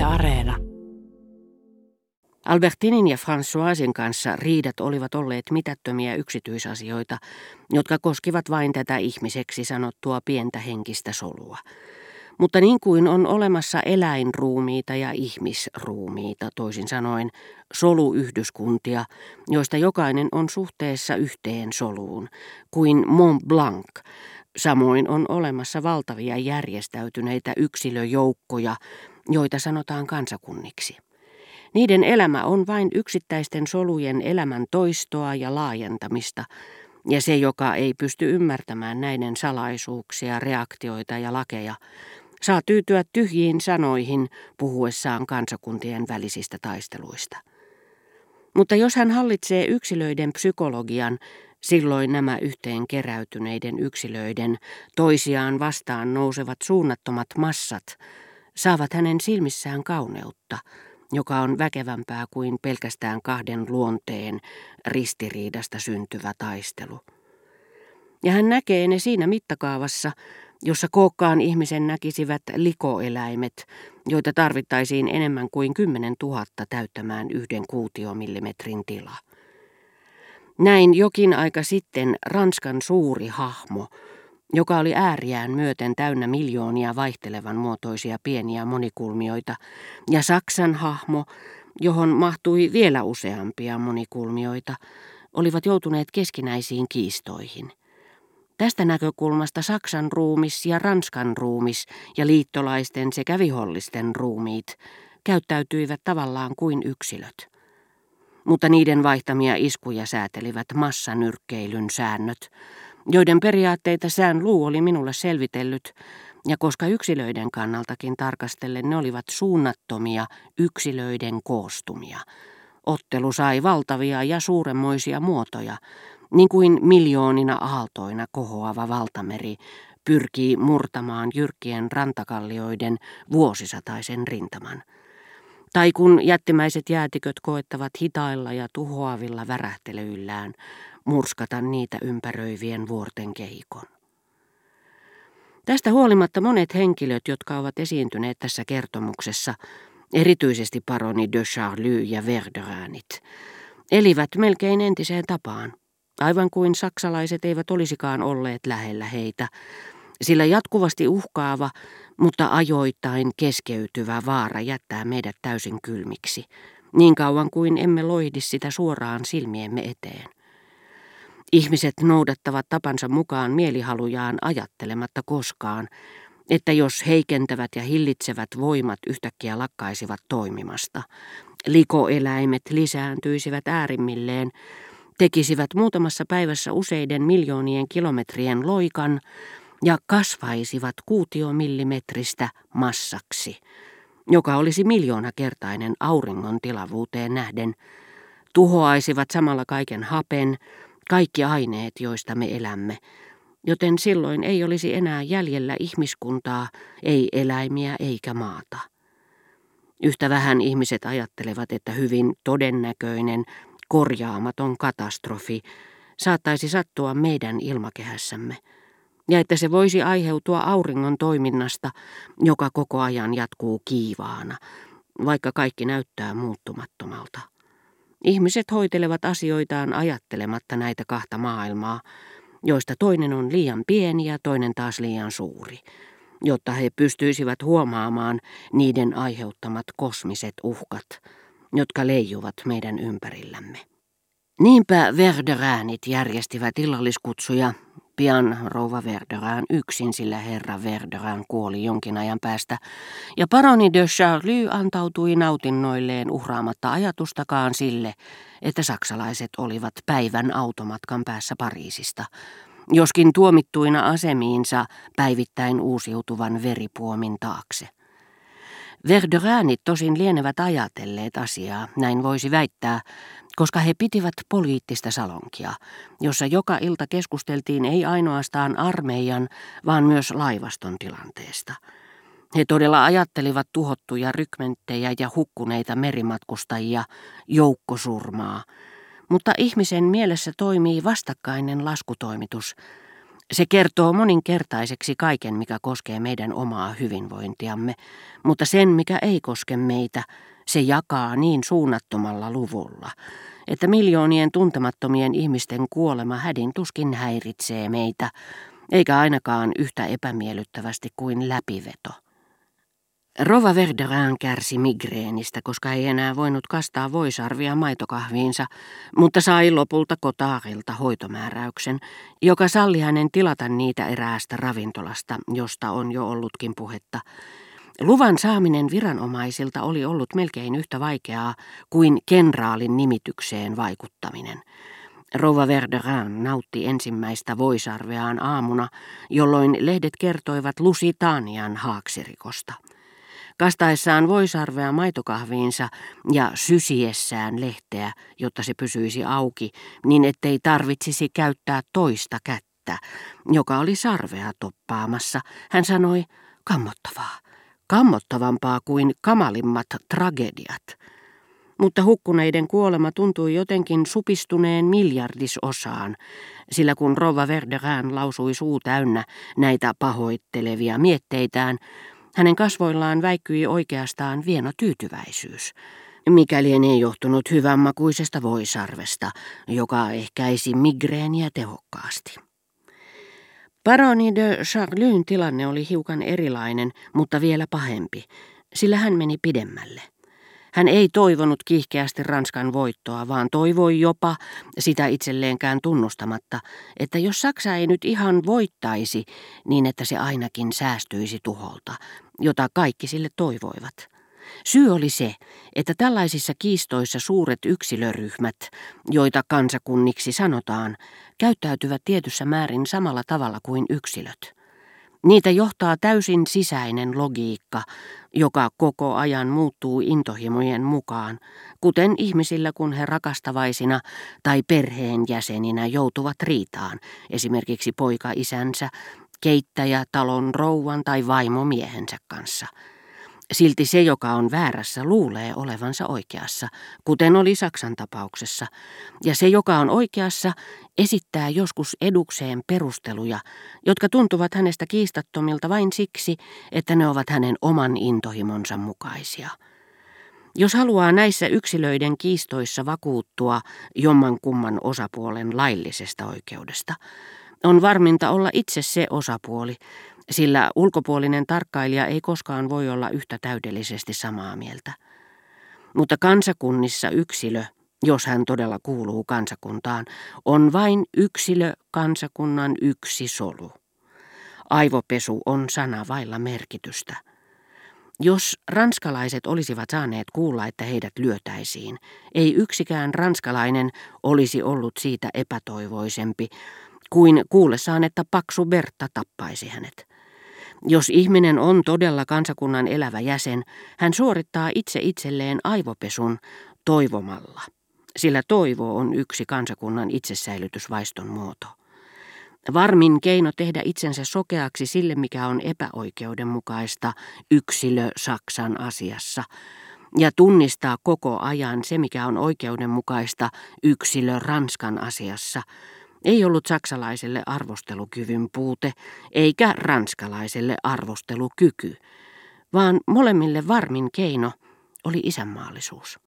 Areena. Albertinin ja Françoisin kanssa riidat olivat olleet mitättömiä yksityisasioita, jotka koskivat vain tätä ihmiseksi sanottua pientä henkistä solua. Mutta niin kuin on olemassa eläinruumiita ja ihmisruumiita, toisin sanoen soluyhdyskuntia, joista jokainen on suhteessa yhteen soluun, kuin Mont Blanc, samoin on olemassa valtavia järjestäytyneitä yksilöjoukkoja, joita sanotaan kansakunniksi. Niiden elämä on vain yksittäisten solujen elämän toistoa ja laajentamista, ja se, joka ei pysty ymmärtämään näiden salaisuuksia, reaktioita ja lakeja, saa tyytyä tyhjiin sanoihin puhuessaan kansakuntien välisistä taisteluista. Mutta jos hän hallitsee yksilöiden psykologian, silloin nämä yhteen keräytyneiden yksilöiden toisiaan vastaan nousevat suunnattomat massat saavat hänen silmissään kauneutta, joka on väkevämpää kuin pelkästään kahden luonteen ristiriidasta syntyvä taistelu. Ja hän näkee ne siinä mittakaavassa, jossa kookkaan ihmisen näkisivät likoeläimet, joita tarvittaisiin enemmän kuin 10 000 täyttämään 1 kuutiomillimetrin tila. Näin jokin aika sitten Ranskan suuri hahmo, joka oli ääriään myöten täynnä miljoonia vaihtelevan muotoisia pieniä monikulmioita, ja Saksan hahmo, johon mahtui vielä useampia monikulmioita, olivat joutuneet keskinäisiin kiistoihin. Tästä näkökulmasta Saksan ruumis ja Ranskan ruumis ja liittolaisten sekä vihollisten ruumiit käyttäytyivät tavallaan kuin yksilöt. Mutta niiden vaihtamia iskuja säätelivät massanyrkkeilyn säännöt, joiden periaatteita Saint-Loup oli minulle selvitellyt, ja koska yksilöiden kannaltakin tarkastellen ne olivat suunnattomia yksilöiden koostumia, ottelu sai valtavia ja suuremmoisia muotoja, niin kuin miljoonina aaltoina kohoava valtameri pyrkii murtamaan jyrkkien rantakallioiden vuosisataisen rintaman. Tai kun jättimäiset jäätiköt koettavat hitailla ja tuhoavilla värähtelyillään murskata niitä ympäröivien vuorten kehikon. Tästä huolimatta monet henkilöt, jotka ovat esiintyneet tässä kertomuksessa, erityisesti paroni de Charlus ja Verdurinit, elivät melkein entiseen tapaan, aivan kuin saksalaiset eivät olisikaan olleet lähellä heitä, sillä jatkuvasti uhkaava, mutta ajoittain keskeytyvä vaara jättää meidät täysin kylmiksi, niin kauan kuin emme loihdi sitä suoraan silmiemme eteen. Ihmiset noudattavat tapansa mukaan mielihalujaan ajattelematta koskaan, että jos heikentävät ja hillitsevät voimat yhtäkkiä lakkaisivat toimimasta, likoeläimet lisääntyisivät äärimmilleen, tekisivät muutamassa päivässä useiden miljoonien kilometrien loikan ja kasvaisivat kuutiomillimetristä massaksi, joka olisi miljoonakertainen auringon tilavuuteen nähden, tuhoaisivat samalla kaiken hapen, kaikki aineet, joista me elämme, joten silloin ei olisi enää jäljellä ihmiskuntaa, ei eläimiä eikä maata. Yhtä vähän ihmiset ajattelevat, että hyvin todennäköinen, korjaamaton katastrofi saattaisi sattua meidän ilmakehässämme, ja että se voisi aiheutua auringon toiminnasta, joka koko ajan jatkuu kiivaana, vaikka kaikki näyttää muuttumattomalta. Ihmiset hoitelevat asioitaan ajattelematta näitä kahta maailmaa, joista toinen on liian pieni ja toinen taas liian suuri, jotta he pystyisivät huomaamaan niiden aiheuttamat kosmiset uhkat, jotka leijuvat meidän ympärillämme. Niinpä Verdurinit järjestivät illalliskutsuja. Pian rouva Verdurin yksin, sillä herra Verdurin kuoli jonkin ajan päästä, ja paroni de Charlus antautui nautinnoilleen uhraamatta ajatustakaan sille, että saksalaiset olivat päivän automatkan päässä Pariisista, joskin tuomittuina asemiinsa päivittäin uusiutuvan veripuomin taakse. Verdurinit tosin lienevät ajatelleet asiaa, näin voisi väittää, koska he pitivät poliittista salonkia, jossa joka ilta keskusteltiin ei ainoastaan armeijan, vaan myös laivaston tilanteesta. He todella ajattelivat tuhottuja rykmenttejä ja hukkuneita merimatkustajia, joukkosurmaa, mutta ihmisen mielessä toimii vastakkainen laskutoimitus. Se kertoo moninkertaiseksi kaiken, mikä koskee meidän omaa hyvinvointiamme, mutta sen, mikä ei koske meitä, se jakaa niin suunnattomalla luvulla, että miljoonien tuntemattomien ihmisten kuolema hädin tuskin häiritsee meitä, eikä ainakaan yhtä epämiellyttävästi kuin läpiveto. Rova Verderin kärsi migreenistä, koska ei enää voinut kastaa voisarvia maitokahviinsa, mutta sai lopulta Cotardilta hoitomääräyksen, joka salli hänen tilata niitä eräästä ravintolasta, josta on jo ollutkin puhetta. Luvan saaminen viranomaisilta oli ollut melkein yhtä vaikeaa kuin kenraalin nimitykseen vaikuttaminen. Rouva Verderin nautti ensimmäistä voisarveaan aamuna, jolloin lehdet kertoivat Lusitanian haaksirikosta. Kastaessaan voisarvea maitokahviinsa ja sysiessään lehteä, jotta se pysyisi auki, niin ettei tarvitsisi käyttää toista kättä, joka oli sarvea toppaamassa, hän sanoi, kammottavaa, kammottavampaa kuin kamalimmat tragediat. Mutta hukkuneiden kuolema tuntui jotenkin supistuneen miljardisosaan, sillä kun rouva Verderin lausui suu täynnä näitä pahoittelevia mietteitään, hänen kasvoillaan väikkyi oikeastaan vieno tyytyväisyys, mikäli ei johtunut hyvänmakuisesta voisarvesta, joka ehkäisi migreeniä tehokkaasti. Baroni de Charlyn tilanne oli hiukan erilainen, mutta vielä pahempi, sillä hän meni pidemmälle. Hän ei toivonut kiihkeästi Ranskan voittoa, vaan toivoi jopa, sitä itselleenkään tunnustamatta, että jos Saksa ei nyt ihan voittaisi, niin että se ainakin säästyisi tuholta, jota kaikki sille toivoivat. Syy oli se, että tällaisissa kiistoissa suuret yksilöryhmät, joita kansakunniksi sanotaan, käyttäytyvät tietyssä määrin samalla tavalla kuin yksilöt. Niitä johtaa täysin sisäinen logiikka, joka koko ajan muuttuu intohimojen mukaan, kuten ihmisillä kun he rakastavaisina tai perheenjäseninä joutuvat riitaan, esimerkiksi poika isänsä, keittäjä talon rouvan tai vaimo miehensä kanssa. Silti se, joka on väärässä, luulee olevansa oikeassa, kuten oli Saksan tapauksessa, ja se, joka on oikeassa, esittää joskus edukseen perusteluja, jotka tuntuvat hänestä kiistattomilta vain siksi, että ne ovat hänen oman intohimonsa mukaisia. Jos haluaa näissä yksilöiden kiistoissa vakuuttua jommankumman osapuolen laillisesta oikeudesta, on varminta olla itse se osapuoli, sillä ulkopuolinen tarkkailija ei koskaan voi olla yhtä täydellisesti samaa mieltä. Mutta kansakunnissa yksilö, jos hän todella kuuluu kansakuntaan, on vain yksilö kansakunnan yksi solu. Aivopesu on sana vailla merkitystä. Jos ranskalaiset olisivat saaneet kuulla, että heidät lyötäisiin, ei yksikään ranskalainen olisi ollut siitä epätoivoisempi kuin kuullessaan, että Paksu Bertta tappaisi hänet. Jos ihminen on todella kansakunnan elävä jäsen, hän suorittaa itse itselleen aivopesun toivomalla, sillä toivo on yksi kansakunnan itsesäilytysvaiston muoto. Varmin keino tehdä itsensä sokeaksi sille, mikä on epäoikeudenmukaista yksilö Saksan asiassa, ja tunnistaa koko ajan se, mikä on oikeudenmukaista yksilö Ranskan asiassa, ei ollut saksalaiselle arvostelukyvyn puute, eikä ranskalaiselle arvostelukyky, vaan molemmille varmin keino oli isänmaallisuus.